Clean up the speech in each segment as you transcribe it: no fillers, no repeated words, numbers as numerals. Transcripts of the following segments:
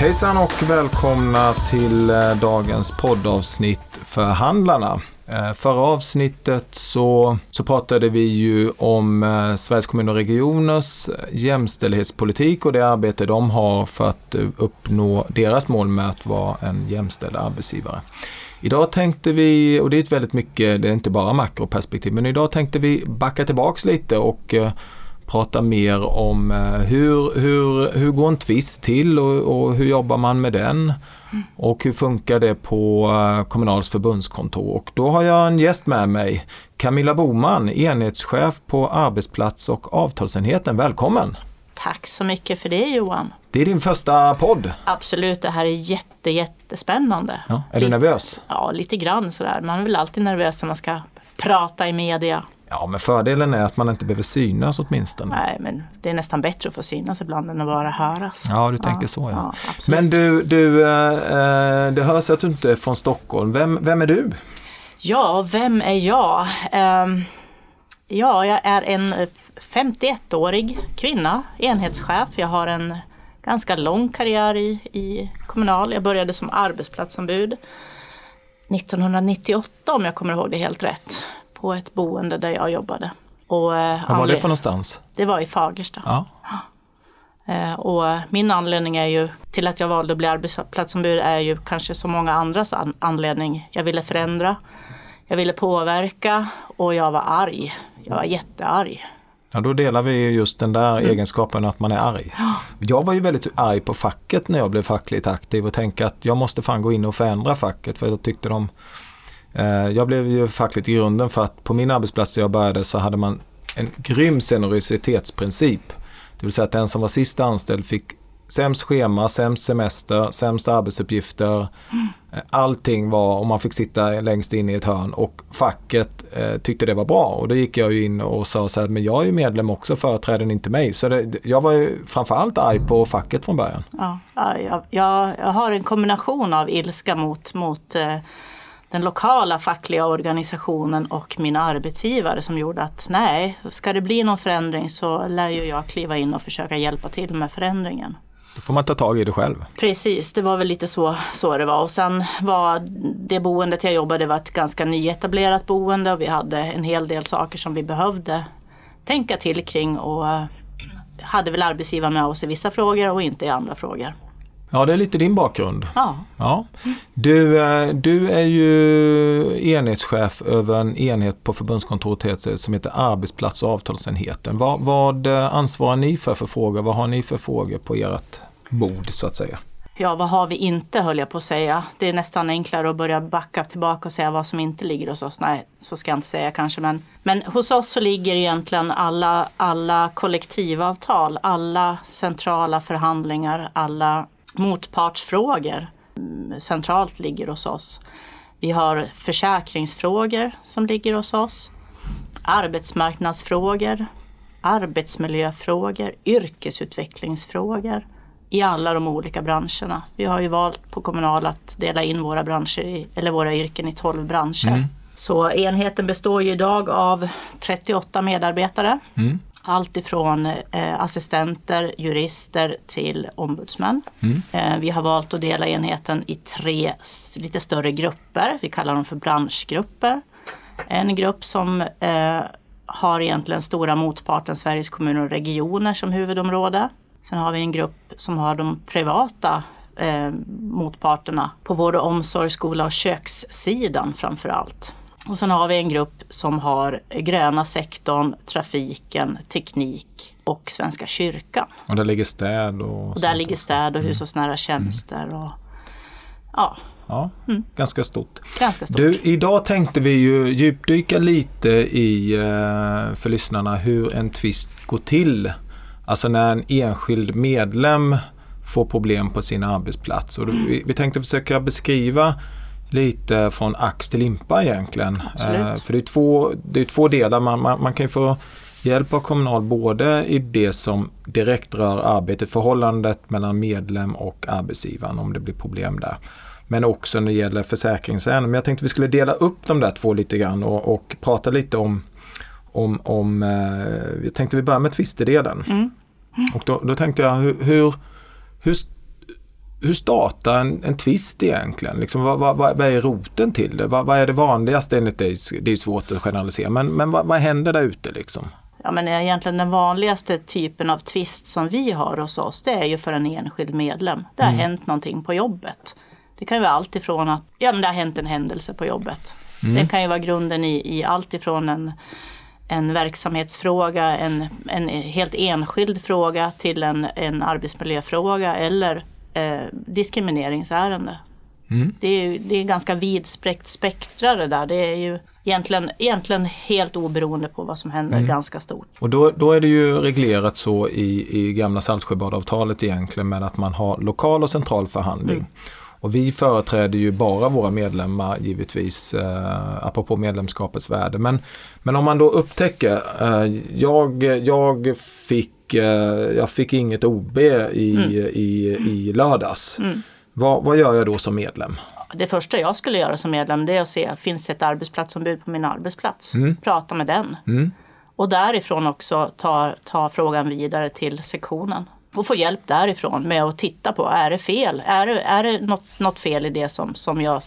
Hejsan och välkomna till dagens poddavsnitt Förhandlarna. Förra avsnittet så pratade vi ju om Sveriges kommuner och regioners jämställdhetspolitik och det arbete de har för att uppnå deras mål med att vara en jämställd arbetsgivare. Idag tänkte vi, och det är ett väldigt mycket, det är inte bara makroperspektiv, men idag tänkte vi backa tillbaks lite och prata mer om hur går en tvist till och hur jobbar man med den och hur funkar det på Kommunals förbundskontor. Och då har jag en gäst med mig, Camilla Boman, enhetschef på arbetsplats- och avtalsenheten. Välkommen! Tack så mycket för det, Johan. Det är din första podd. Absolut, det här är jättespännande. Ja, är du nervös? Ja, lite grann sådär. Man är väl alltid nervös när man ska prata i media. Ja, men fördelen är att man inte behöver synas åtminstone. Nej, men det är nästan bättre att få synas ibland än att bara höras. Ja, du tänker så, ja. Absolut. Men du, det hörs att du inte är från Stockholm. Vem är du? Ja, vem är jag? Jag är en 51-årig kvinna, enhetschef. Jag har en ganska lång karriär i Kommunal. Jag började som arbetsplatsombud 1998, om jag kommer ihåg det helt rätt, på ett boende där jag jobbade. Och Var var det för någonstans? Det var i Fagersta. Ja. Och min anledning är ju till att jag valde att bli arbetsplatsombud är ju kanske så många andras anledning. Jag ville förändra, jag ville påverka och jag var arg. Jag var jättearg. Ja, då delar vi just den där egenskapen att man är arg. Ja. Jag var ju väldigt arg på facket när jag blev fackligt aktiv och tänkte att jag måste fan gå in och förändra facket för jag tyckte jag blev ju fackligt i grunden för att på min arbetsplats där jag började så hade man en grym senioritetsprincip. Det vill säga att den som var sista anställd fick sämst schema, sämst semester, sämst arbetsuppgifter. Allting var, och man fick sitta längst in i ett hörn och facket tyckte det var bra. Och då gick jag ju in och sa så här, men jag är ju medlem också, företräder inte mig. Så jag var ju framförallt arg på facket från början. Ja, jag har en kombination av ilska mot den lokala fackliga organisationen och min arbetsgivare som gjorde att nej, ska det bli någon förändring så lär ju jag kliva in och försöka hjälpa till med förändringen. Då får man ta tag i det själv. Precis, det var väl lite så det var. Och sen var det boendet jag jobbade var ett ganska nyetablerat boende och vi hade en hel del saker som vi behövde tänka till kring och hade väl arbetsgivaren med oss i vissa frågor och inte i andra frågor. Ja, det är lite din bakgrund. Ja. Du är ju enhetschef över en enhet på förbundskontoret som heter arbetsplats- och avtalsenheten. Vad ansvarar ni för frågor? Vad har ni för frågor på ert bord så att säga? Ja, vad har vi inte, höll jag på att säga. Det är nästan enklare att börja backa tillbaka och säga vad som inte ligger hos oss. Nej, så ska jag inte säga kanske. Men hos oss så ligger egentligen alla kollektivavtal, alla centrala förhandlingar, alla motpartsfrågor centralt ligger hos oss. Vi har försäkringsfrågor som ligger hos oss, arbetsmarknadsfrågor, arbetsmiljöfrågor, yrkesutvecklingsfrågor i alla de olika branscherna. Vi har ju valt på Kommunal att dela in våra branscher eller våra yrken i 12 branscher. Så enheten består ju idag av 38 medarbetare. Allt ifrån assistenter, jurister till ombudsmän. Vi har valt att dela enheten i 3 lite större grupper. Vi kallar dem för branschgrupper. En grupp som har egentligen stora motparten Sveriges kommuner och regioner som huvudområde. Sen har vi en grupp som har de privata motparterna på vård och omsorg, skola och kökssidan framför allt. Och sen har vi en grupp som har gröna sektorn, trafiken, teknik och Svenska kyrkan. Och där ligger städ och där ligger städ och hushållsnära tjänster och ja, ganska stort. Ganska stort. Du, idag tänkte vi ju djupdyka lite i för lyssnarna hur en tvist går till. Alltså när en enskild medlem får problem på sin arbetsplats. Och vi tänkte försöka beskriva lite från ax till limpa egentligen. För det är två delar. Man kan ju få hjälp av Kommunal både i det som direkt rör arbetet, förhållandet mellan medlem och arbetsgivaren om det blir problem där. Men också när det gäller försäkringsärenden. Men jag tänkte vi skulle dela upp de där två lite grann och prata lite om jag tänkte vi börjar med tvistedelen. Och då tänkte jag hur startar en tvist egentligen? Liksom, vad är roten till det? Vad är det vanligaste enligt dig? Det är svårt att generalisera, men vad händer där ute liksom? Ja, men egentligen den vanligaste typen av tvist som vi har hos oss, det är ju för en enskild medlem. Det har hänt någonting på jobbet. Det kan ju vara allt ifrån att det har hänt en händelse på jobbet. Det kan ju vara grunden i allt ifrån en verksamhetsfråga, en helt enskild fråga till en arbetsmiljöfråga eller diskrimineringsärende. Det är ganska vidspräckt spektra det där. Det är ju egentligen helt oberoende på vad som händer, ganska stort. Och då är det ju reglerat så i gamla Saltsjöbadavtalet egentligen med att man har lokal och central förhandling. Och vi företräder ju bara våra medlemmar givetvis, apropå medlemskapets värde. Men om man då upptäcker, jag fick inget OB i lördags. Vad gör jag då som medlem? Det första jag skulle göra som medlem, det är att se, finns ett arbetsplatsombud på min arbetsplats? Prata med den. Och därifrån också ta frågan vidare till sektionen. Och få hjälp därifrån med att titta på, är det fel? Är det något fel i det som jag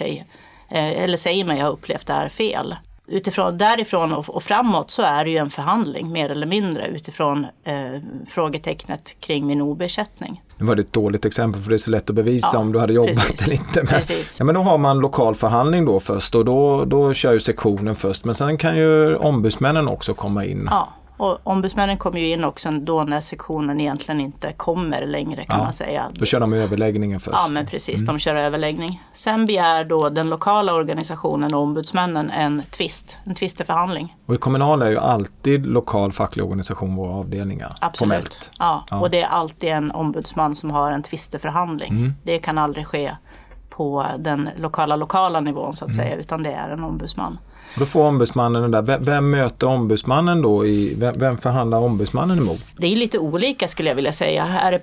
säger mig ha upplevt är fel? Därifrån och framåt så är det ju en förhandling mer eller mindre utifrån frågetecknet kring min OB-ersättning. Det var ett dåligt exempel för det är så lätt att bevisa om du hade jobbat eller inte. Men då har man lokal förhandling då först och då kör ju sektionen först. Men sen kan ju ombudsmännen också komma in. Ja. Och ombudsmännen kommer ju in också då när sektionen egentligen inte kommer längre kan man säga. Då kör de överläggningen först. Ja men precis, de kör överläggning. Sen begär då den lokala organisationen och ombudsmännen en tvisteförhandling. Och i kommunal är ju alltid lokal facklig organisation våra avdelningar. Absolut. Formellt. Ja, och det är alltid en ombudsman som har en tvisteförhandling. Det kan aldrig ske på den lokala nivån så att säga, utan det är en ombudsman. Och då får ombudsmannen den där. Vem möter ombudsmannen då? Vem förhandlar ombudsmannen emot? Det är lite olika skulle jag vilja säga. Är det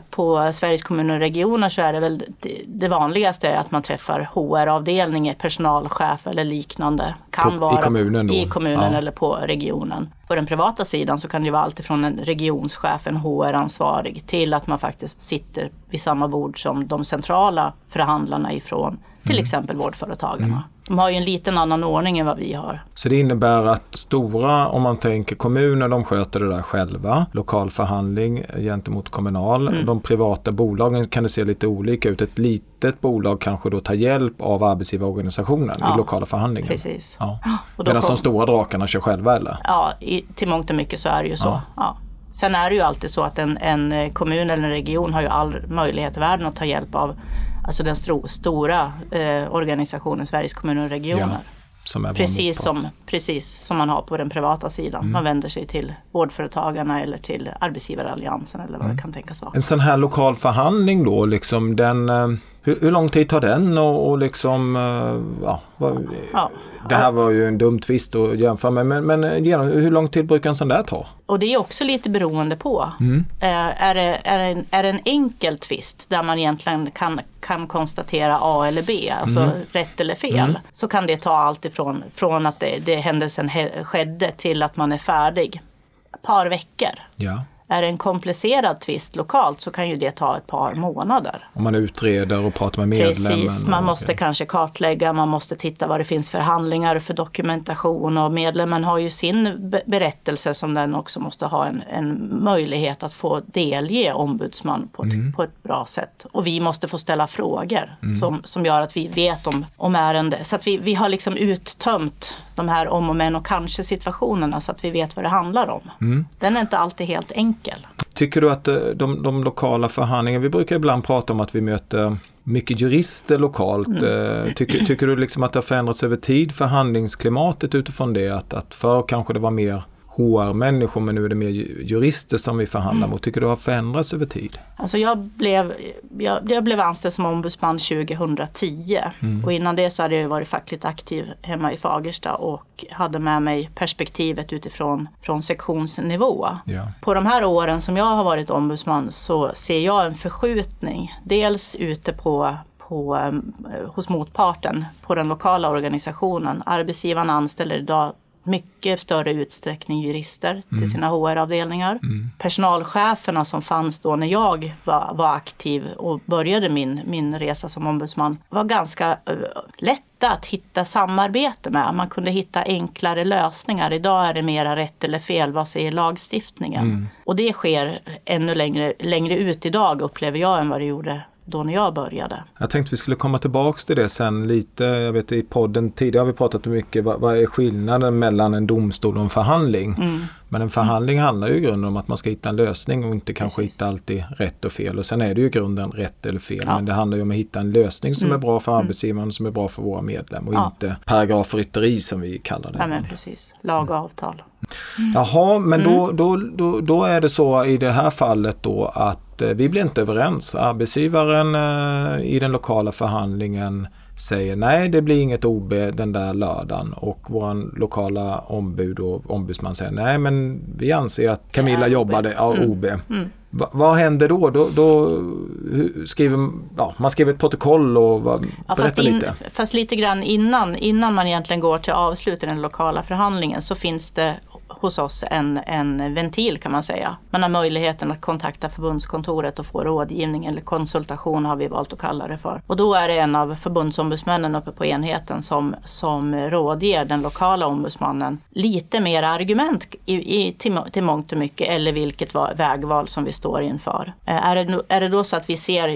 på Sveriges kommuner och regioner så är det väl det vanligaste är att man träffar HR-avdelning, personalchef eller liknande. Vara i kommunen då? I kommunen eller på regionen. På den privata sidan så kan det vara allt ifrån en regionschef, en HR-ansvarig till att man faktiskt sitter vid samma bord som de centrala förhandlarna ifrån till exempel vårdföretagarna. De har ju en liten annan ordning än vad vi har. Så det innebär att stora, om man tänker kommuner, de sköter det där själva. Lokal förhandling gentemot kommunal. De privata bolagen kan det se lite olika ut. Ett litet bolag kanske då tar hjälp av arbetsgivarorganisationen i lokala förhandlingar. Precis. Ja. Medan de stora drakarna kör själva eller? Ja, till mångt och mycket så är det ju så. Ja. Sen är det ju alltid så att en kommun eller en region har ju all möjlighet i världen att ta hjälp av alltså den stora organisationen Sveriges kommuner och regioner. Som är precis som man har på den privata sidan. Man vänder sig till vårdföretagarna eller till arbetsgivaralliansen eller vad det kan tänkas vara. En sån här lokal förhandling då, liksom den, hur lång tid tar den och liksom, det här var ju en dum tvist att jämföra med, men hur lång tid brukar en sån där ta? Och det är också lite beroende på. Är det en enkel tvist där man egentligen kan konstatera A eller B, alltså rätt eller fel, så kan det ta allt från att det händelsen skedde till att man är färdig. Ett par veckor. Ja. Är det en komplicerad tvist lokalt så kan ju det ta ett par månader. Om man utreder och pratar med medlemmen. Precis, man måste kanske kartlägga, man måste titta vad det finns för handlingar, för dokumentation och medlemmen har ju sin berättelse som den också måste ha en möjlighet att få delge ombudsman på ett bra sätt. Och vi måste få ställa frågor som gör att vi vet om ärende. Så att vi har liksom uttömt de här om och men och kanske situationerna så att vi vet vad det handlar om. Den är inte alltid helt enkel. Tycker du att de lokala förhandlingarna, vi brukar ibland prata om att vi möter mycket jurister lokalt. Tycker du liksom att det har förändrats över tid, förhandlingsklimatet utifrån det? Att förr kanske det var mer HR-människor men nu är det mer jurister som vi förhandlar mot. Tycker du det har förändrats över tid? Alltså jag blev anställd som ombudsman 2010 och innan det så hade jag varit fackligt aktiv hemma i Fagersta och hade med mig perspektivet utifrån sektionsnivå. Ja. På de här åren som jag har varit ombudsman så ser jag en förskjutning. Dels ute hos motparten, på den lokala organisationen. Arbetsgivarna anställer idag mycket större utsträckning jurister till sina HR-avdelningar. Personalcheferna som fanns då när jag var aktiv och började min resa som ombudsman var ganska lätta att hitta samarbete med. Man kunde hitta enklare lösningar. Idag är det mera rätt eller fel vad säger lagstiftningen. Och det sker ännu längre ut idag upplever jag än vad det gjorde då när jag började. Jag tänkte vi skulle komma tillbaka till det sen lite. Jag vet i podden tidigare har vi pratat mycket vad är skillnaden mellan en domstol och en förhandling. Men en förhandling handlar ju i grunden om att man ska hitta en lösning och inte kanske hitta alltid rätt och fel. Och sen är det ju i grunden rätt eller fel. Men det handlar ju om att hitta en lösning som är bra för arbetsgivaren, som är bra för våra medlemmar och inte paragrafrytteri som vi kallar det. Ja men precis, lag och avtal. Jaha, men då är det så i det här fallet då att vi blir inte överens. Arbetsgivaren i den lokala förhandlingen säger nej, det blir inget OB den där lördagen och vår lokala ombud och ombudsman säger nej, men vi anser att Camilla jobbade OB. Vad händer då? Då skriver man skriver ett protokoll och berättar lite. Fast lite grann innan man egentligen går till avslut i den lokala förhandlingen så finns det hos oss en ventil kan man säga. Man har möjligheten att kontakta förbundskontoret och få rådgivning eller konsultation har vi valt att kalla det för. Och då är det en av förbundsombudsmännen uppe på enheten som rådger den lokala ombudsmannen lite mer argument till mångt och mycket eller vilket vägval som vi står inför. Är det då så att vi ser,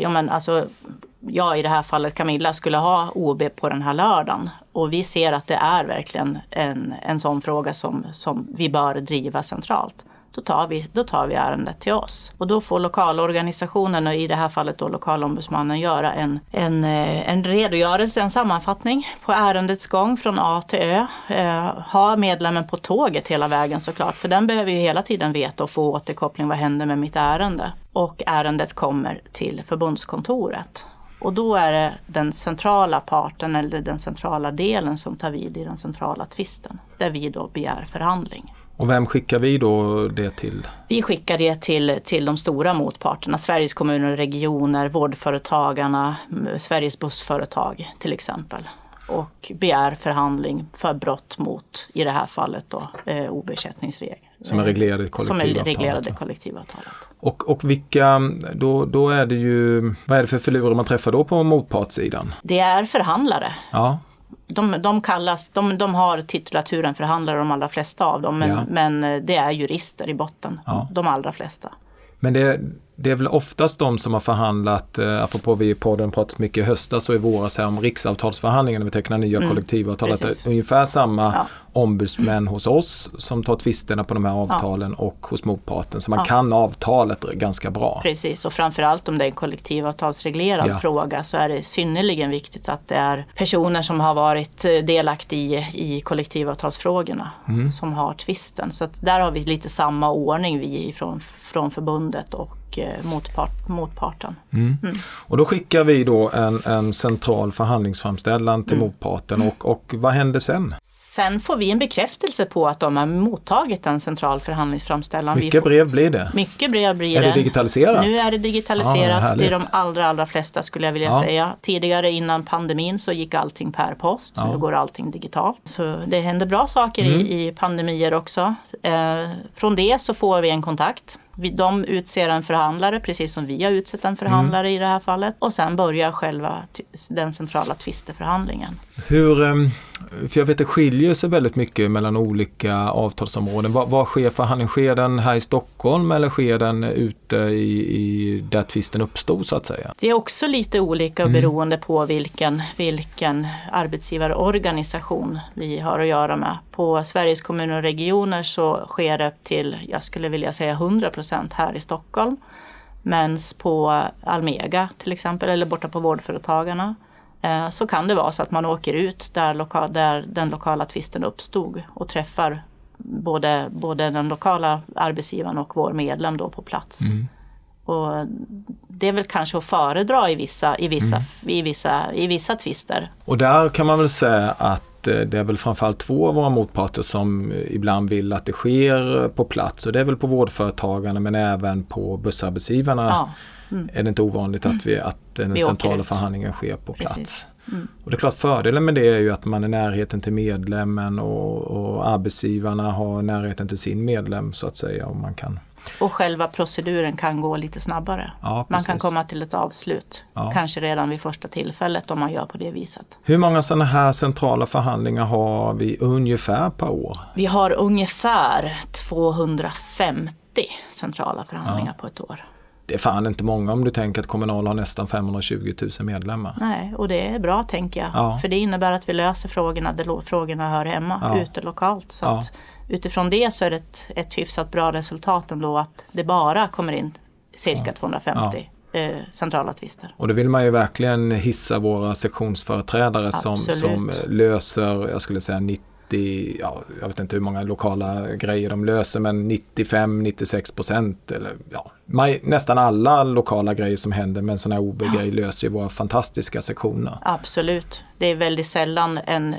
jag i det här fallet Camilla skulle ha OB på den här lördagen och vi ser att det är verkligen en sån fråga som vi bör driva centralt. Då tar vi ärendet till oss. Och då får lokalorganisationen och i det här fallet då lokalombudsmannen göra en redogörelse, en sammanfattning på ärendets gång från A till Ö. Ha medlemmen på tåget hela vägen såklart, för den behöver ju hela tiden veta och få återkoppling vad händer med mitt ärende. Och ärendet kommer till förbundskontoret. Och då är det den centrala parten eller den centrala delen som tar vid i den centrala tvisten. Där vi då begär förhandling. Och vem skickar vi då det till? Vi skickar det till de stora motparterna. Sveriges kommuner och regioner, vårdföretagarna, Sveriges bussföretag till exempel. Och begär förhandling för brott mot, i det här fallet då, OB-ersättningsregler. Som är reglerade kollektivavtalet. Och vilka, då är det ju, vad är det för förlorare man träffar då på motpartssidan? Det är förhandlare. Ja. De har titulaturen förhandlare de allra flesta av dem, men det är jurister i botten, de allra flesta. Men det är väl oftast de som har förhandlat, apropå vi i podden pratat mycket i höstas och i våras om riksavtalsförhandlingar när vi tecknar nya kollektivavtal, att det är ungefär samma ombudsmän hos oss som tar tvisterna på de här avtalen och hos motparten, så man kan avtalet ganska bra. Precis, och framförallt om det är en kollektivavtalsreglerad fråga så är det synnerligen viktigt att det är personer som har varit delaktiga i kollektivavtalsfrågorna som har tvisten. Så att där har vi lite samma ordning vi från förbundet och motparten. Och då skickar vi då en central förhandlingsframställan till motparten och vad händer sen? Sen får vi en bekräftelse på att de har mottagit en central förhandlingsframställan. Mycket brev blir det? Mycket brev blir det. Är det digitaliserat? Nu är det digitaliserat. Det är de allra flesta skulle jag vilja säga. Tidigare innan pandemin så gick allting per post. Nu går allting digitalt. Så det händer bra saker i pandemier också. Från det så får vi en kontakt. De utser en förhandlare, precis som vi har utsett en förhandlare i det här fallet. Och sen börjar själva den centrala tvisteförhandlingen. För jag vet det skiljer sig väldigt mycket mellan olika avtalsområden. Vad sker förhandlingen? Sker den här i Stockholm eller sker den ute i där tvisten uppstod så att säga? Det är också lite olika beroende på vilken arbetsgivarorganisation vi har att göra med. På Sveriges kommuner och regioner så sker det till, jag skulle vilja säga 100% här i Stockholm. Men på Almega till exempel eller borta på vårdföretagarna så kan det vara så att man åker ut där den lokala tvisten uppstod och träffar både den lokala arbetsgivaren och vår medlem då på plats. Och det är väl kanske att föredra i vissa tvister. Och där kan man väl säga att det är väl framförallt två av våra motparter som ibland vill att det sker på plats. Och det är väl på vårdföretagarna men även på bussarbetsgivarna. Är det inte ovanligt att den centrala förhandlingen sker på plats. Och det är klart, fördelen med det är ju att man är närheten till medlemmen och arbetsgivarna har närheten till sin medlem så att säga. Och man kan... Och själva proceduren kan gå lite snabbare. Ja, man kan komma till ett avslut. Kanske redan vid första tillfället om man gör på det viset. Hur många sådana här centrala förhandlingar har vi ungefär per år? Vi har ungefär 250 centrala förhandlingar på ett år. Det är fan inte många om du tänker att Kommunal har nästan 520 000 medlemmar. Nej, och det är bra tänker jag. Ja. För det innebär att vi löser frågorna där frågorna hör hemma ute lokalt. Så att utifrån det så är det ett hyfsat bra resultat ändå att det bara kommer in cirka 250 centrala tvister. Och då vill man ju verkligen hissa våra sektionsföreträdare som löser, jag skulle säga 90, jag vet inte hur många lokala grejer de löser, men 95-96% eller nästan alla lokala grejer som händer med en sån här OB-grej löser ju våra fantastiska sektioner. Absolut. Det är väldigt sällan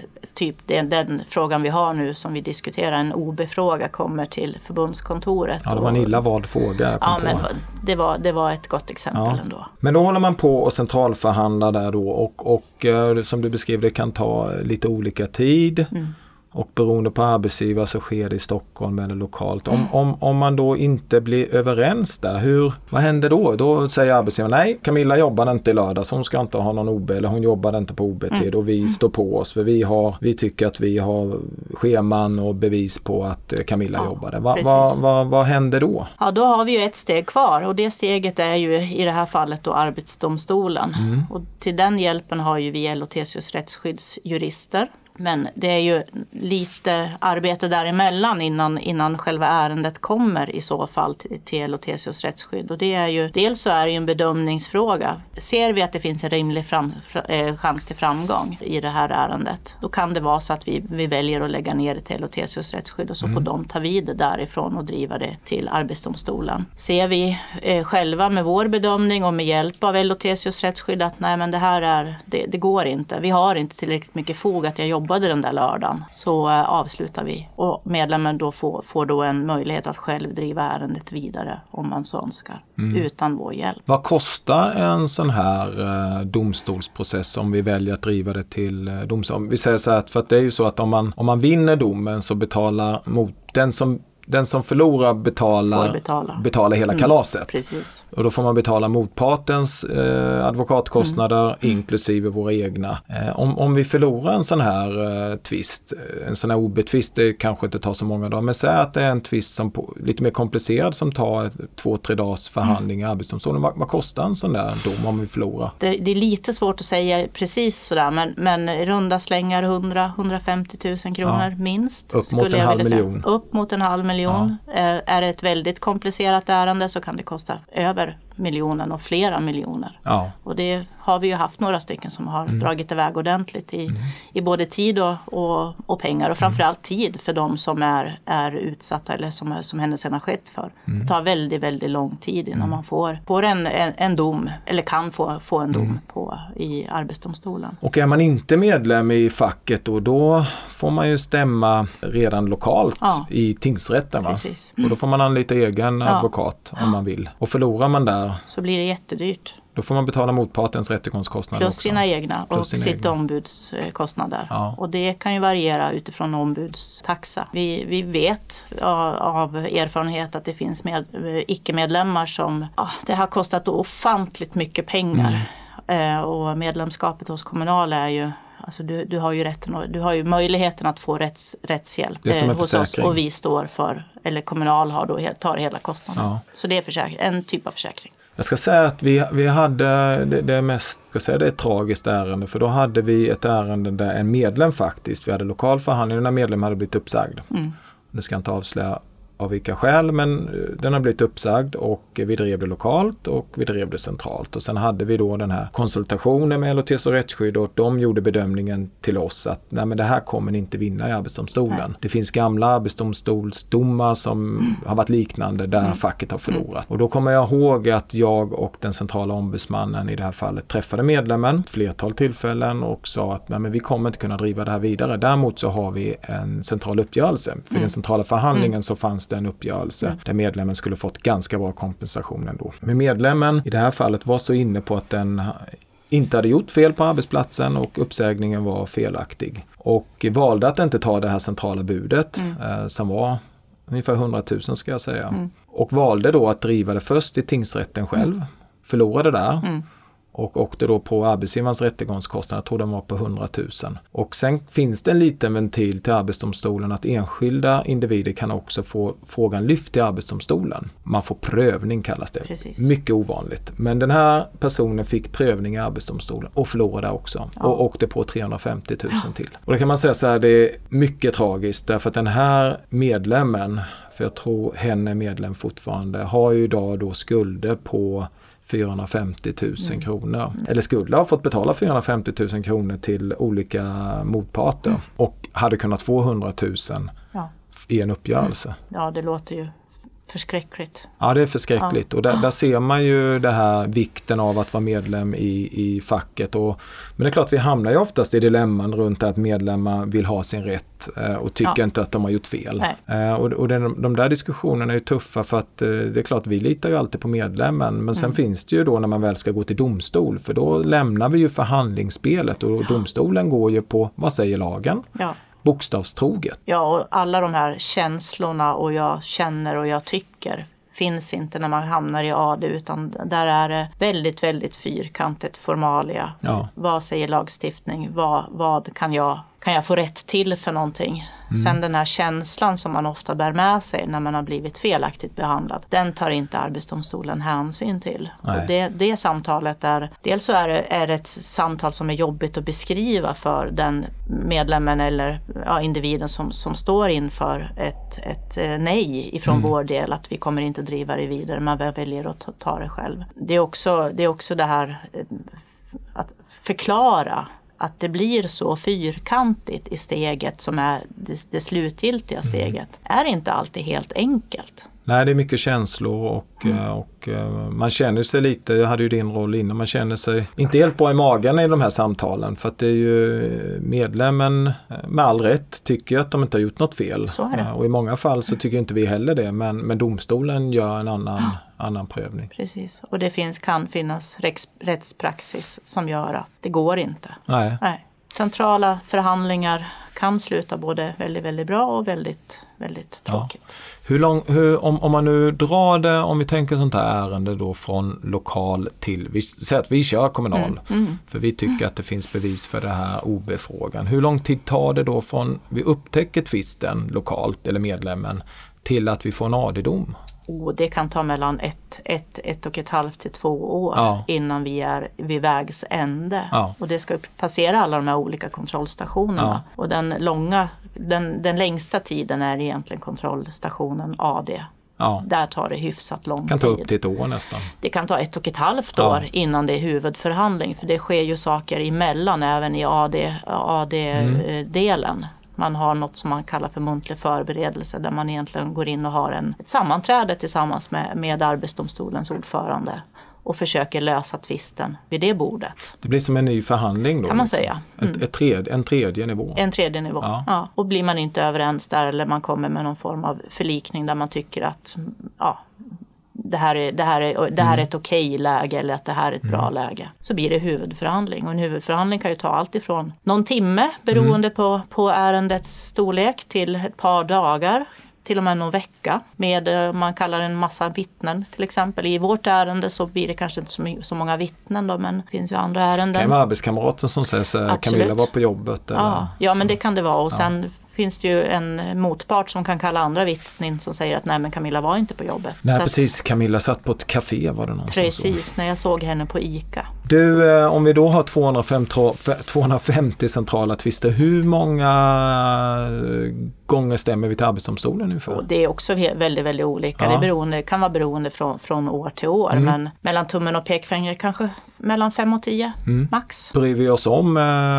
den frågan vi har nu som vi diskuterar, en OB-fråga kommer till förbundskontoret. Ja, det var en illa vald fråga. Men det var ett gott exempel ändå. Men då håller man på och centralförhandla där då och som du beskrev, det kan ta lite olika tid. Och beroende på arbetsgivare så sker det i Stockholm eller lokalt. Om man då inte blir överens där, vad händer då? Då säger arbetsgivaren, nej, Camilla jobbar inte i lördags, hon ska inte ha någon OB eller hon jobbar inte på OB-tid och vi står på oss för vi tycker att vi har scheman och bevis på att Camilla jobbade. Vad händer då? Ja, då har vi ju ett steg kvar och det steget är ju i det här fallet då Arbetsdomstolen. Och till den hjälpen har ju vi LO-TCOs rättsskyddsjurister. Men det är ju lite arbete däremellan innan själva ärendet kommer i så fall till LO-TCOs rättsskydd. Och det är ju, dels så är det ju en bedömningsfråga. Ser vi att det finns en rimlig chans till framgång i det här ärendet, då kan det vara så att vi väljer att lägga ner det till LO-TCOs rättsskydd och så får de ta vid därifrån och driva det till Arbetsdomstolen. Ser vi själva med vår bedömning och med hjälp av LO-TCOs rättsskydd att nej, men det här det går inte. Vi har inte tillräckligt mycket fog att jag jobbade den där lördagen, så avslutar vi. Och medlemmen då får då en möjlighet att själv driva ärendet vidare om man så önskar, utan vår hjälp. Vad kostar en sån här domstolsprocess om vi väljer att driva det till domstol? Vi säger så här, för att det är ju så att om man vinner domen så betalar mot den som förlorar betalar hela kalaset. Precis. Och då får man betala motpartens advokatkostnader inklusive våra egna. Om vi förlorar en sån här tvist, en sån här OB-tvist, det kanske inte tar så många dagar, men säg att det är en tvist som lite mer komplicerad som tar 2-3 dagars förhandling i Arbetsdomstolen. Vad kostar en sån där dom om vi förlorar? Det är lite svårt att säga precis sådär, men runda slängar 100-150 000 kronor minst. Upp mot en halv miljon. Upp mot en halv miljon. Är det ett väldigt komplicerat ärende så kan det kosta över miljonen och flera miljoner. Och det har vi ju haft några stycken som har dragit iväg ordentligt i både tid och pengar, och framförallt tid för de som är utsatta eller som händelsen har skett för. Det tar väldigt, väldigt lång tid innan man får en dom eller kan få en dom i Arbetsdomstolen. Och är man inte medlem i facket då får man ju stämma redan lokalt i tingsrätten. Va? Och då får man anlita egen advokat om man vill. Och förlorar man där så blir det jättedyrt. Då får man betala motpartens rättegångskostnader plus sina egna och sitt ombudskostnader. Och det kan ju variera utifrån ombudstaxa. Vi vet av erfarenhet att det finns icke-medlemmar som det har kostat ofantligt mycket pengar. Och medlemskapet hos Kommunal är ju, alltså du har ju rätten och du har ju möjligheten att få rättshjälp hos oss, och vi står för, eller Kommunal tar hela kostnaden. Så det är en typ av försäkring. Jag ska säga att vi hade det är ett tragiskt ärende, för då hade vi ett ärende där en medlem faktiskt, vi hade lokal förhandling och den medlem hade blivit uppsagd. Det ska jag inte avslöja av vilka skäl, men den har blivit uppsagd och vi drev det lokalt och vi drev det centralt. Och sen hade vi då den här konsultationen med LO-TCO rättsskydd och de gjorde bedömningen till oss att nej, men det här kommer ni inte vinna i Arbetsdomstolen. Nej. Det finns gamla arbetsdomstolsdomar som har varit liknande där facket har förlorat. Och då kommer jag ihåg att jag och den centrala ombudsmannen i det här fallet träffade medlemmen ett flertal tillfällen och sa att nej, men vi kommer inte kunna driva det här vidare. Däremot så har vi en central uppgörelse. För i den centrala förhandlingen så fanns det en uppgörelse där medlemmen skulle fått ganska bra kompensation ändå. Men medlemmen i det här fallet var så inne på att den inte hade gjort fel på arbetsplatsen och uppsägningen var felaktig. Och valde att inte ta det här centrala budet som var ungefär 100 000 ska jag säga. Och valde då att driva det först i tingsrätten själv. Förlorade där. Och åkte då på arbetsgivarens rättegångskostnader, jag tror den var på 100 000. Och sen finns det en liten ventil till Arbetsdomstolen att enskilda individer kan också få frågan lyft till Arbetsdomstolen. Man får prövning kallas det. Precis. Mycket ovanligt. Men den här personen fick prövning i Arbetsdomstolen och förlorade också. Ja. Och åkte på 350 000 till. Och det kan man säga så här, det är mycket tragiskt därför att den här medlemmen, för jag tror henne är medlem fortfarande, har ju idag då skulder på 450 000 kronor. Eller skulle ha fått betala 450 000 kronor till olika motparter och hade kunnat få 100 000 i en uppgörelse. Ja, det låter ju förskräckligt. Ja, det är förskräckligt. Och där ser man ju det här vikten av att vara medlem i facket. Men det är klart, vi hamnar ju oftast i dilemman runt att medlemmar vill ha sin rätt och tycker inte att de har gjort fel. Och de där diskussionerna är ju tuffa för att det är klart, vi litar ju alltid på medlemmen. Men sen finns det ju då när man väl ska gå till domstol, för då lämnar vi ju förhandlingsspelet och domstolen går ju på, vad säger lagen? Ja. Bokstavstroget. Ja, och alla de här känslorna och jag känner och jag tycker finns inte när man hamnar i AD, utan där är det väldigt, väldigt fyrkantigt formalia. Ja. Vad säger lagstiftning? Vad kan jag få rätt till för någonting? Sen den här känslan som man ofta bär med sig när man har blivit felaktigt behandlad, den tar inte Arbetsdomstolen hänsyn till. Och det samtalet dels så är det ett samtal som är jobbigt att beskriva för den medlemmen eller individen som står inför ett nej ifrån vår del, att vi kommer inte att driva det vidare, man väljer att ta det själv. Det är också det här att förklara att det blir så fyrkantigt i steget som är det slutgiltiga steget är inte alltid helt enkelt. Nej, det är mycket känslor och man känner sig lite, jag hade ju din roll innan, man känner sig inte helt bra i magen i de här samtalen, för att det är ju medlemmen med all rätt tycker att de inte har gjort något fel. Så är det. Och i många fall så tycker inte vi heller det, men domstolen gör en annan prövning. Precis, och det kan finnas rättspraxis som gör att det går inte. Nej. Centrala förhandlingar kan sluta både väldigt, väldigt bra och väldigt, väldigt tråkigt. Ja. Om man nu drar det, om vi tänker sånt här ärende då från lokal till, vi säger att vi kör kommunal, för vi tycker att det finns bevis för det här OB-frågan. Hur lång tid tar det då från vi upptäcker tvisten lokalt eller medlemmen till att vi får en AD-dom? Det kan ta mellan 1,5 till 2 år innan vi är vid vägs ände. Ja. Och det ska passera alla de här olika kontrollstationerna. Ja. Och den längsta tiden är egentligen kontrollstationen AD. Ja. Där tar det hyfsat lång tid. Det kan ta upp till 1 år nästan. Det kan ta 1,5 år innan det är huvudförhandling. För det sker ju saker emellan även i AD-delen. Man har något som man kallar för muntlig förberedelse, där man egentligen går in och har ett sammanträde tillsammans med Arbetsdomstolens ordförande och försöker lösa tvisten vid det bordet. Det blir som en ny förhandling då? Kan man säga. En tredje nivå? En tredje nivå, ja. Och blir man inte överens där, eller man kommer med någon form av förlikning där man tycker att det här är ett okej läge, eller att det här är ett bra läge, så blir det huvudförhandling. Och en huvudförhandling kan ju ta allt ifrån någon timme beroende på ärendets storlek till ett par dagar, till och med någon vecka, med man kallar en massa vittnen till exempel. I vårt ärende så blir det kanske inte så många vittnen då, men det finns ju andra ärenden. Kan det vara arbetskamraten som säger så Camilla var på jobbet? Eller ja, men det kan det vara. Och sen finns det ju en motpart som kan kalla andra vittnen som säger att nej, men Camilla var inte på jobbet. Nej, precis. Camilla satt på ett café, var det någon precis, när jag såg henne på ICA. Du, om vi då har 250 centrala tvister, hur många gånger stämmer vi till Arbetsdomstolen nu för? Och det är också väldigt, väldigt olika. Det kan vara beroende från år till år, men mellan tummen och pekfingret kanske mellan 5 och 10 max. Bryr vi oss om,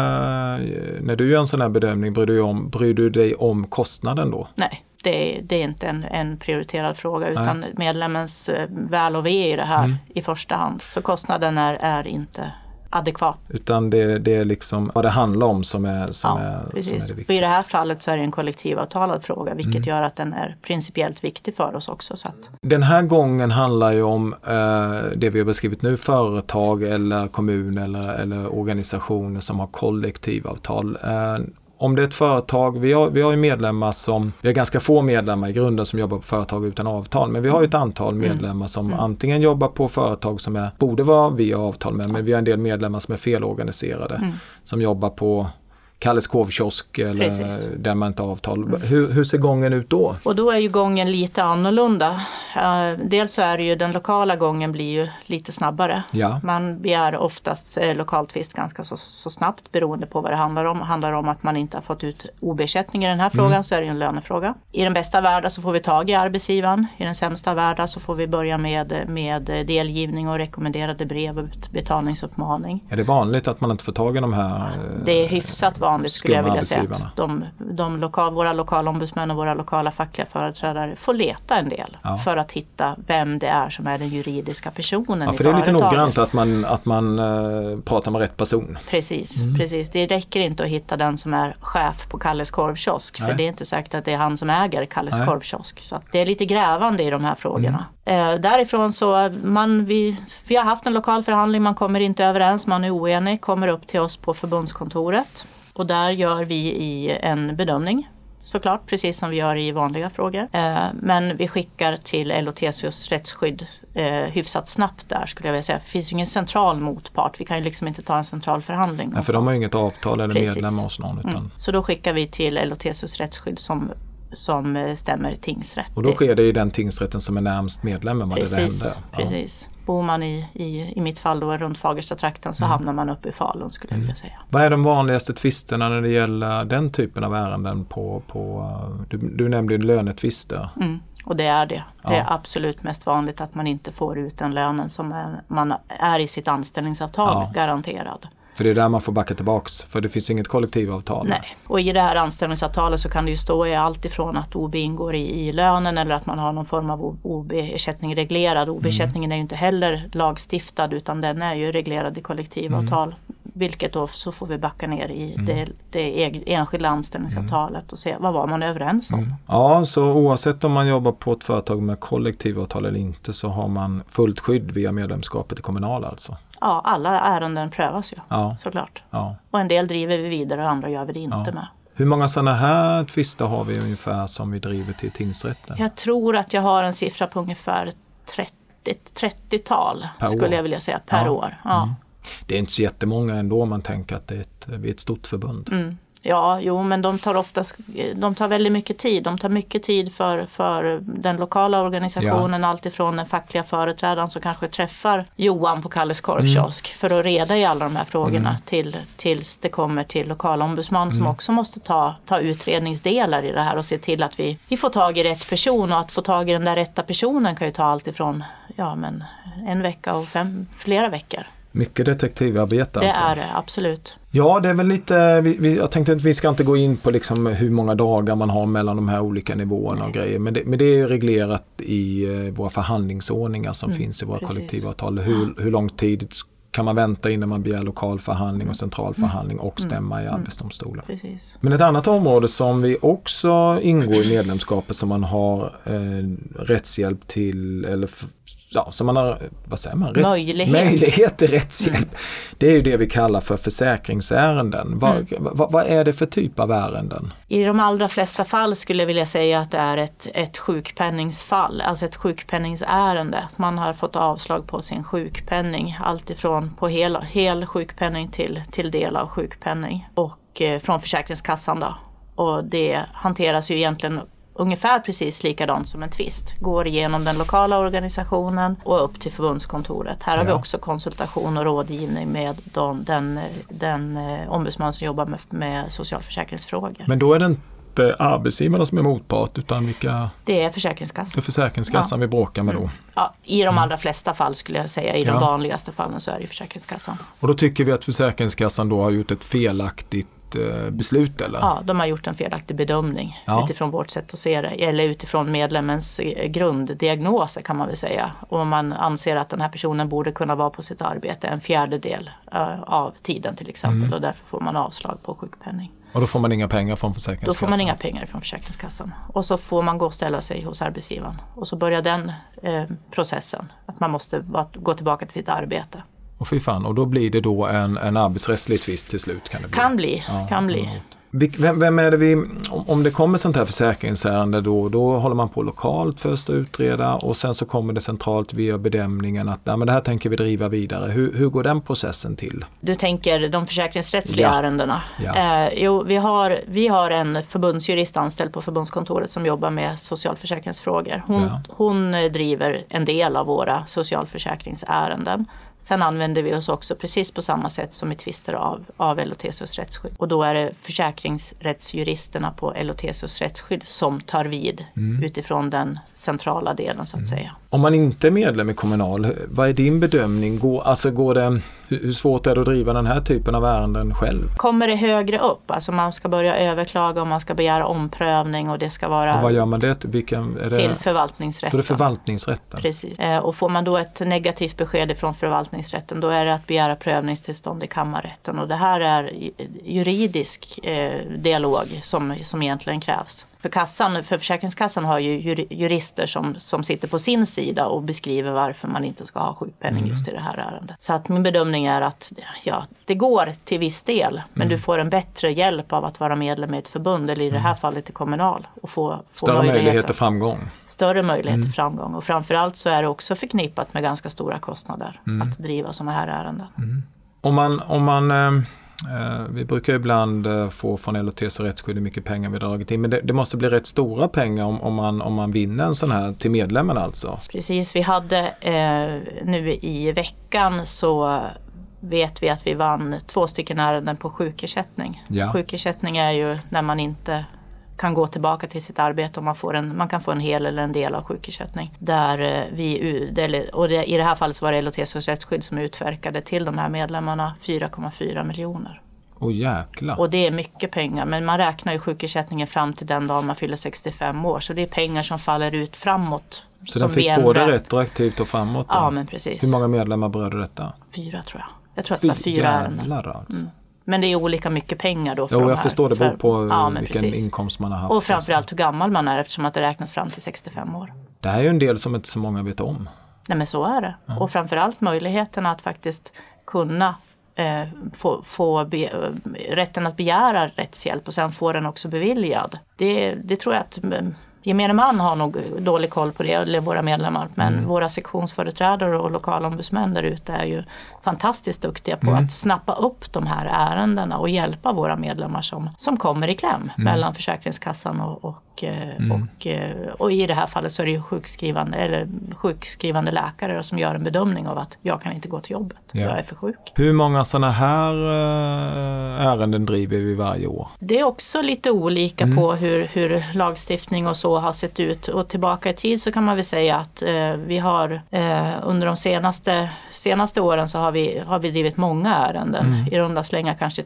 när du gör en sån här bedömning, bryr du dig om kostnaden då? Nej. Det är inte en prioriterad fråga, utan medlemmens väl och ve i det här i första hand. Så kostnaden är inte adekvat. Utan det är liksom vad det handlar om som är det viktigaste. I det här fallet så är det en kollektivavtalad fråga, vilket gör att den är principiellt viktig för oss också. Så att... Den här gången handlar ju om det vi har beskrivit nu, företag eller kommun eller organisationer som har kollektivavtal. Om det är ett företag, vi har ju medlemmar vi har ganska få medlemmar i grunden som jobbar på företag utan avtal, men vi har ju ett antal medlemmar som antingen jobbar på företag som borde vara via avtal med, men vi har en del medlemmar som är felorganiserade, som jobbar på Kalles korvkiosk eller där man inte har avtal. Hur ser gången ut då? Och då är ju gången lite annorlunda. Dels så är det ju den lokala gången blir ju lite snabbare. Ja. Man begär oftast lokal tvist ganska så snabbt beroende på vad det handlar om. Handlar det om att man inte har fått ut OB-ersättning i den här frågan så är det ju en lönefråga. I den bästa världen så får vi tag i arbetsgivaren. I den sämsta världen så får vi börja med delgivning och rekommenderade brev och betalningsuppmaning. Är det vanligt att man inte får tag i de här? Det är hyfsat vanligt skulle jag vilja säga. Våra lokala ombudsmän och våra lokala fackliga företrädare får leta en del för att hitta vem det är som är den juridiska personen. Ja, för det är lite noggrant att man pratar med rätt person. Precis. Det räcker inte att hitta den som är chef på Kalles korvkiosk. För det är inte säkert att det är han som äger Kalles korvkiosk. Så att det är lite grävande i de här frågorna. Därifrån så vi har haft en lokal förhandling, man kommer inte överens, man är oenig, kommer upp till oss på förbundskontoret. Och där gör vi en bedömning, såklart, precis som vi gör i vanliga frågor. Men vi skickar till LO-TCOs rättsskydd hyfsat snabbt där, skulle jag vilja säga. Det finns ju ingen central motpart, vi kan ju liksom inte ta en central förhandling. Ja, för de har ju inget avtal eller medlemmar hos någon. Utan... Så då skickar vi till LO-TCOs rättsskydd som stämmer tingsrätt. Och då sker det i den tingsrätten som är närmast medlemmen vad det händer. Precis. Bor man i mitt fall då runt Fagersta-trakten så hamnar man uppe i Falun skulle jag vilja säga. Vad är de vanligaste tvisterna när det gäller den typen av ärenden du nämnde lönetvister? Och det är det. Ja. Det är absolut mest vanligt att man inte får ut den lönen som man är i sitt anställningsavtal garanterad. För det är där man får backa tillbaks, för det finns inget kollektivavtal. Nej, och i det här anställningsavtalet så kan det ju stå i allt ifrån att OB ingår i lönen eller att man har någon form av OB-ersättning reglerad. OB-ersättningen är ju inte heller lagstiftad utan den är ju reglerad i kollektivavtal. Vilket då så får vi backa ner i det enskilda anställningsavtalet och se vad var man överens om. Ja, så oavsett om man jobbar på ett företag med kollektivavtal eller inte så har man fullt skydd via medlemskapet i Kommunal alltså. Ja, alla ärenden prövas ju, såklart. Ja. Och en del driver vi vidare och andra gör vi det inte med. Hur många sådana här tvister har vi ungefär som vi driver till tingsrätten? Jag tror att jag har en siffra på ungefär 30-tal skulle jag vilja säga per år. Ja. Det är inte så jättemånga ändå om man tänker att vi är ett stort förbund. Ja, men de tar väldigt mycket tid. De tar mycket tid för den lokala organisationen, allt ifrån den fackliga företrädaren som kanske träffar Johan på Kalles korvkiosk för att reda i alla de här frågorna tills det kommer till lokala ombudsman som också måste ta utredningsdelar i det här och se till att vi får tag i rätt person, och att få tag i den där rätta personen kan ju ta allt ifrån en vecka och flera veckor. Mycket detektivarbete det alltså. Det är det, absolut. Ja, det är väl lite, jag tänkte att vi ska inte gå in på liksom hur många dagar man har mellan de här olika nivåerna och grejer. Men det är ju reglerat i våra förhandlingsordningar som finns i våra kollektivavtal. Hur lång tid kan man vänta innan man begär lokal förhandling och central förhandling och stämma i Arbetsdomstolen. Precis. Men ett annat område som vi också ingår i medlemskapet som man har rättshjälp till, eller som man har, vad säger man? Möjlighet till rättshjälp. Det är ju det vi kallar för försäkringsärenden. Vad är det för typ av ärenden? I de allra flesta fall skulle jag vilja säga att det är ett sjukpenningsfall, alltså ett sjukpenningsärende. Man har fått avslag på sin sjukpenning, allt ifrån på hel sjukpenning till del av sjukpenning och från Försäkringskassan då. Och det hanteras ju egentligen ungefär precis likadant som en tvist. Går igenom den lokala organisationen och upp till förbundskontoret. Här har vi också konsultation och rådgivning med den ombudsman som jobbar med socialförsäkringsfrågor. Men då är det inte arbetsgivarna som är motpart utan vilka? Det är Försäkringskassan. Det är Försäkringskassan vi bråkar med då? Ja, i de allra flesta fall skulle jag säga. I de vanligaste fallen så är det Försäkringskassan. Och då tycker vi att Försäkringskassan då har gjort ett felaktigt beslut eller? Ja, de har gjort en felaktig bedömning utifrån vårt sätt att se det. Eller utifrån medlemmens grunddiagnoser kan man väl säga. Och man anser att den här personen borde kunna vara på sitt arbete en fjärdedel av tiden till exempel. Och därför får man avslag på sjukpenning. Och då får man inga pengar från Försäkringskassan? Då får man inga pengar från Försäkringskassan. Och så får man gå och ställa sig hos arbetsgivaren. Och så börjar den processen. Att man måste gå tillbaka till sitt arbete. Och fy fan, och då blir det då en arbetsrättslig tvist till slut? Kan bli. Vem är det om det kommer sånt här försäkringsärende då håller man på lokalt först att utreda och sen så kommer det centralt via bedömningen att men det här tänker vi driva vidare. Hur går den processen till? Du tänker de försäkringsrättsliga ärendena? Ja. Vi har en förbundsjurist anställd på förbundskontoret som jobbar med socialförsäkringsfrågor. Hon driver en del av våra socialförsäkringsärenden. Sen använder vi oss också precis på samma sätt som i tvister av LO-TCOs rättsskydd. Och då är det försäkringsrättsjuristerna på LO-TCOs rättsskydd som tar vid utifrån den centrala delen så att säga. Om man inte är medlem i Kommunal, vad är din bedömning? Hur svårt är det att driva den här typen av ärenden själv? Kommer det högre upp? Alltså man ska börja överklaga och man ska begära omprövning och det ska vara... Och vad gör man det? Till förvaltningsrätten. Då är det förvaltningsrätten? Precis. Och får man då ett negativt besked från förvaltningsrätten då är det att begära prövningstillstånd i kammarrätten. Och det här är juridisk dialog som egentligen krävs. För Försäkringskassan har ju jurister som sitter på sin sida och beskriver varför man inte ska ha sjukpenning just i det här ärendet. Så att min bedömning är att det går till viss del, men du får en bättre hjälp av att vara medlem i ett förbund eller i det här fallet i Kommunal och få större möjlighet till framgång. Större möjlighet till framgång och framförallt så är det också förknippat med ganska stora kostnader att driva sådana här ärenden. Om man vi brukar ibland få från LO-TCOs rättsskydd mycket pengar vi dragit in, men det måste bli rätt stora pengar om man vinner en sån här till medlemmen alltså. Precis, vi hade nu i veckan så vet vi att vi vann 2 ärenden på sjukersättning. Ja. Sjukersättning är ju när man inte kan gå tillbaka till sitt arbete och man kan få en hel eller en del av sjukersättning. I det här fallet så var det LO-TCOs rättsskydd som utverkade till de här medlemmarna 4,4 miljoner. Jäklar. Och det är mycket pengar, men man räknar ju sjukersättningen fram till den dag man fyller 65 år. Så det är pengar som faller ut framåt. Så den fick både retroaktivt och framåt? Då? Ja, men precis. Hur många medlemmar berörde detta? 4 tror jag. Jag tror att det var 4 ärenden. Alltså. Men det är olika mycket pengar då. Jag förstår det beror på vilken inkomst man har haft. Och framförallt hur gammal man är eftersom att det räknas fram till 65 år. Det här är ju en del som inte så många vet om. Nej men så är det. Ja. Och framförallt möjligheten att faktiskt kunna få rätten att begära rättshjälp och sen få den också beviljad. Det tror jag att gemene man har nog dålig koll på det, eller våra medlemmar. Men våra sektionsföreträdare och lokalombudsmän där ute är ju fantastiskt duktiga på att snappa upp de här ärendena och hjälpa våra medlemmar som kommer i kläm mellan Försäkringskassan och i det här fallet så är det ju sjukskrivande läkare som gör en bedömning av att jag kan inte gå till jobbet. Ja. Jag är för sjuk. Hur många sådana här ärenden driver vi varje år? Det är också lite olika på hur lagstiftning och så har sett ut. Och tillbaka i tid så kan man väl säga att vi har under de senaste åren så har vi drivit många ärenden. I runda slängar kanske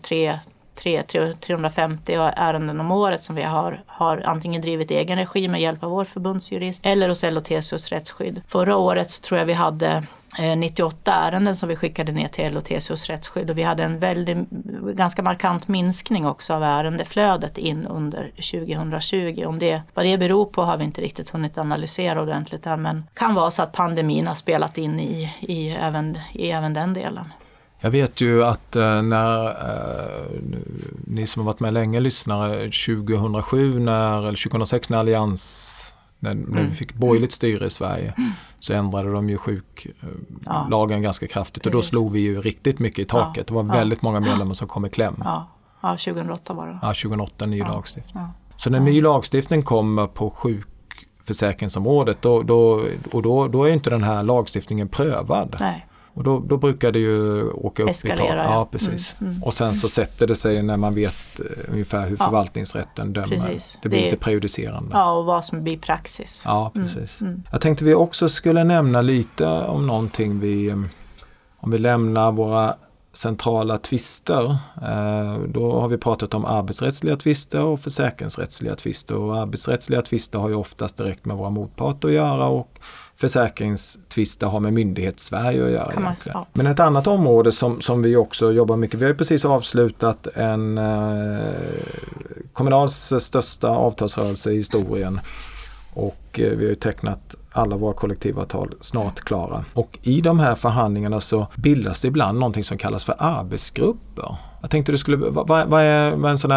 350 ärenden om året som vi har antingen drivit egen regi med hjälp av vår förbundsjurist eller hos LO-TCOs rättsskydd. Förra året så tror jag vi hade 98 ärenden som vi skickade ner till LO-TCOs rättsskydd och vi hade en ganska markant minskning också av ärendeflödet in under 2020. Vad det beror på har vi inte riktigt hunnit analysera ordentligt än, men kan vara så att pandemin har spelat in i även den delen. Jag vet ju att när ni som har varit med länge lyssnare 2007 eller 2006 när när vi fick borgerligt styre i Sverige så ändrade de ju sjuklagen ganska kraftigt och då slog vi ju riktigt mycket i taket. Det var väldigt många medlemmar som kom i kläm. Ja, 2008 var det. Ja, 2008 ny lagstiftning. Ja. Så när ny lagstiftning kommer på sjukförsäkringsområdet då är inte den här lagstiftningen prövad. Nej. Och då brukar det ju åka upp eskalera, i tak. Ja, precis. Och sen så sätter det sig när man vet ungefär hur förvaltningsrätten dömer. Precis. Det blir lite prejudicerande. Ja, och vad som blir praxis. Ja, precis. Jag tänkte vi också skulle nämna lite om någonting om vi lämnar våra centrala tvister. Då har vi pratat om arbetsrättsliga tvister och försäkringsrättsliga tvister. Och arbetsrättsliga tvister har ju oftast direkt med våra motparter att göra och försäkringstvister har med myndighetssverige att göra. Ja. Men ett annat område som vi också jobbar mycket, vi har ju precis avslutat en Kommunals största avtalsrörelse i historien och vi har ju tecknat alla våra kollektivavtal snart klara. Och i de här förhandlingarna så bildas det ibland någonting som kallas för arbetsgrupper. Jag tänkte du skulle, vad är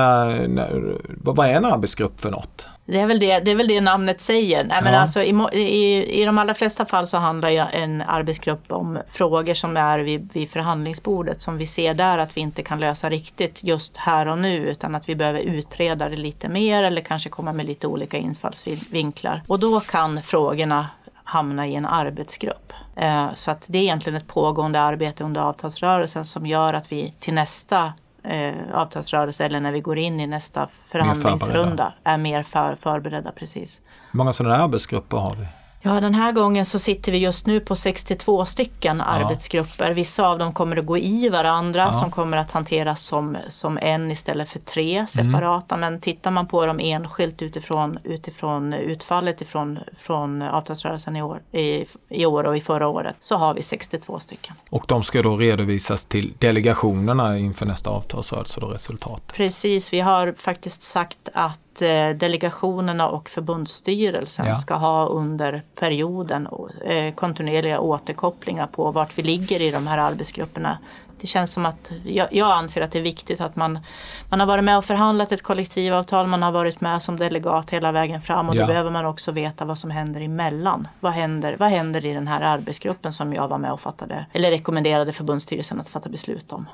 en arbetsgrupp för något? Det är väl det namnet säger. Nej, men alltså, i de allra flesta fall så handlar en arbetsgrupp om frågor som är vid förhandlingsbordet som vi ser där att vi inte kan lösa riktigt just här och nu utan att vi behöver utreda det lite mer eller kanske komma med lite olika infallsvinklar. Och då kan frågorna hamna i en arbetsgrupp. Så att det är egentligen ett pågående arbete under avtalsrörelsen som gör att vi till nästa avtalsrörelse eller när vi går in i nästa förhandlingsrunda är mer förberedda precis. Hur många sådana arbetsgrupper har vi? Ja, den här gången så sitter vi just nu på 62 stycken arbetsgrupper. Vissa av dem kommer att gå i varandra som kommer att hanteras som en istället för 3 separata. Men tittar man på dem enskilt utifrån utfallet från avtalsrörelsen i år och i förra året så har vi 62 stycken. Och de ska då redovisas till delegationerna inför nästa avtalsrörelse och resultat? Precis, vi har faktiskt sagt att delegationerna och förbundsstyrelsen ska ha under perioden kontinuerliga återkopplingar på vart vi ligger i de här arbetsgrupperna. Det känns som att jag anser att det är viktigt att man har varit med och förhandlat ett kollektivavtal, man har varit med som delegat hela vägen fram och då behöver man också veta vad som händer emellan. Vad händer i den här arbetsgruppen som jag var med och fattade eller rekommenderade förbundsstyrelsen att fatta beslut om.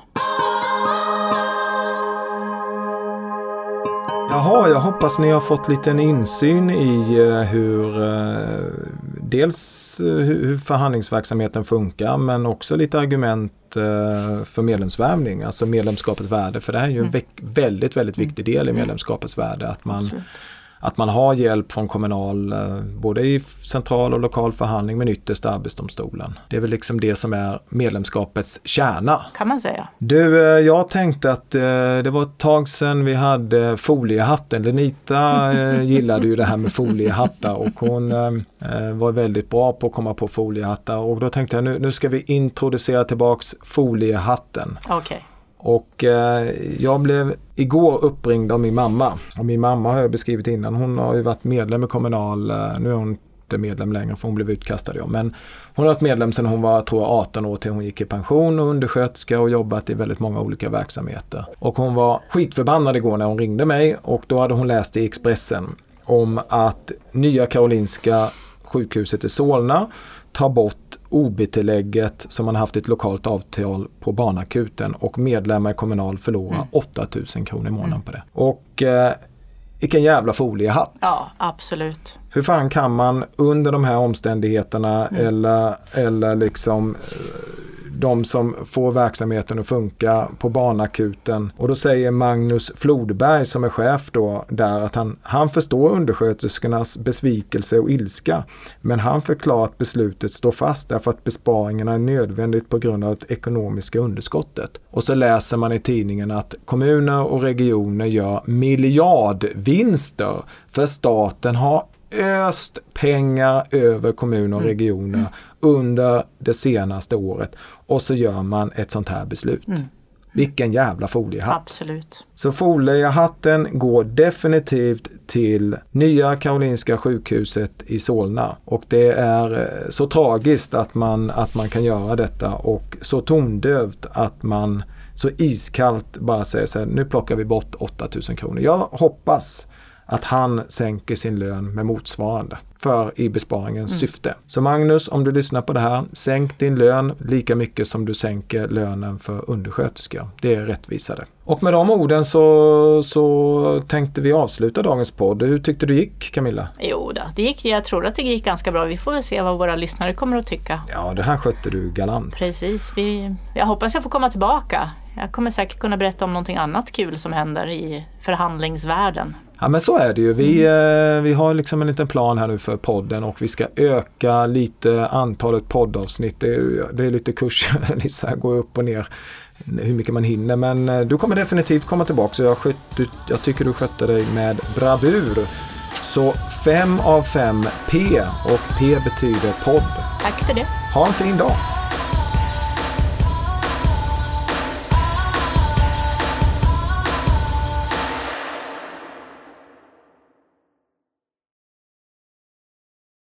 Jaha, jag hoppas ni har fått lite insyn i hur förhandlingsverksamheten funkar men också lite argument för medlemsvärvning, alltså medlemskapets värde. För det här är ju en väldigt, väldigt viktig del i medlemskapets värde. Att man har hjälp från Kommunal både i central och lokal förhandling men ytterst Arbetsdomstolen. Det är väl liksom det som är medlemskapets kärna. Kan man säga. Du, jag tänkte att det var ett tag sedan vi hade foliehatten. Lenita gillade ju det här med foliehattar och hon var väldigt bra på att komma på foliehattar. Och då tänkte jag nu ska vi introducera tillbaks foliehatten. Okej. Och jag blev igår uppringd av min mamma. Och min mamma har jag beskrivit innan. Hon har ju varit medlem i Kommunal. Nu är hon inte medlem längre för hon blev utkastad. Men hon har varit medlem sedan hon var 18 år till hon gick i pension och undersköterska och jobbat i väldigt många olika verksamheter. Och hon var skitförbannad igår när hon ringde mig och då hade hon läst i Expressen om att Nya Karolinska sjukhuset i Solna tar bort OB-tillägget som man haft ett lokalt avtal på barnakuten och medlemmar i Kommunal förlorar 8 000 kronor i månaden på det. Och vilken jävla foliehatt. Ja, absolut. Hur fan kan man under de här omständigheterna eller liksom de som får verksamheten att funka på barnakuten. Och då säger Magnus Flodberg som är chef då där att han förstår undersköterskornas besvikelse och ilska. Men han förklarar att beslutet står fast därför att besparingarna är nödvändigt på grund av det ekonomiska underskottet. Och så läser man i tidningen att kommuner och regioner gör miljardvinster för staten har öst pengar över kommuner och regioner under det senaste året och så gör man ett sånt här beslut. Vilken jävla foliehatt. Absolut. Så foliehatten går definitivt till Nya Karolinska sjukhuset i Solna och det är så tragiskt att man kan göra detta och så tondövt att man så iskallt bara säger så här, nu plockar vi bort 8 000 kronor. Jag hoppas att han sänker sin lön med motsvarande för i besparingens syfte. Så Magnus, om du lyssnar på det här, sänk din lön lika mycket som du sänker lönen för undersköterskor. Det är rättvisare. Och med de orden så tänkte vi avsluta dagens podd. Hur tyckte du gick, Camilla? Jo då, jag tror att det gick ganska bra. Vi får väl se vad våra lyssnare kommer att tycka. Ja, det här skötte du galant. Precis, jag hoppas jag får komma tillbaka. Jag kommer säkert kunna berätta om någonting annat kul som händer i förhandlingsvärlden. Ja, men så är det ju. Vi har liksom en liten plan här nu för podden och vi ska öka lite antalet poddavsnitt. Det är lite kurser, liksom, gå upp och ner hur mycket man hinner. Men du kommer definitivt komma tillbaka, så jag tycker du skötte dig med bravur. Så 5 av 5 P, och P betyder podd. Tack för det. Ha en fin dag.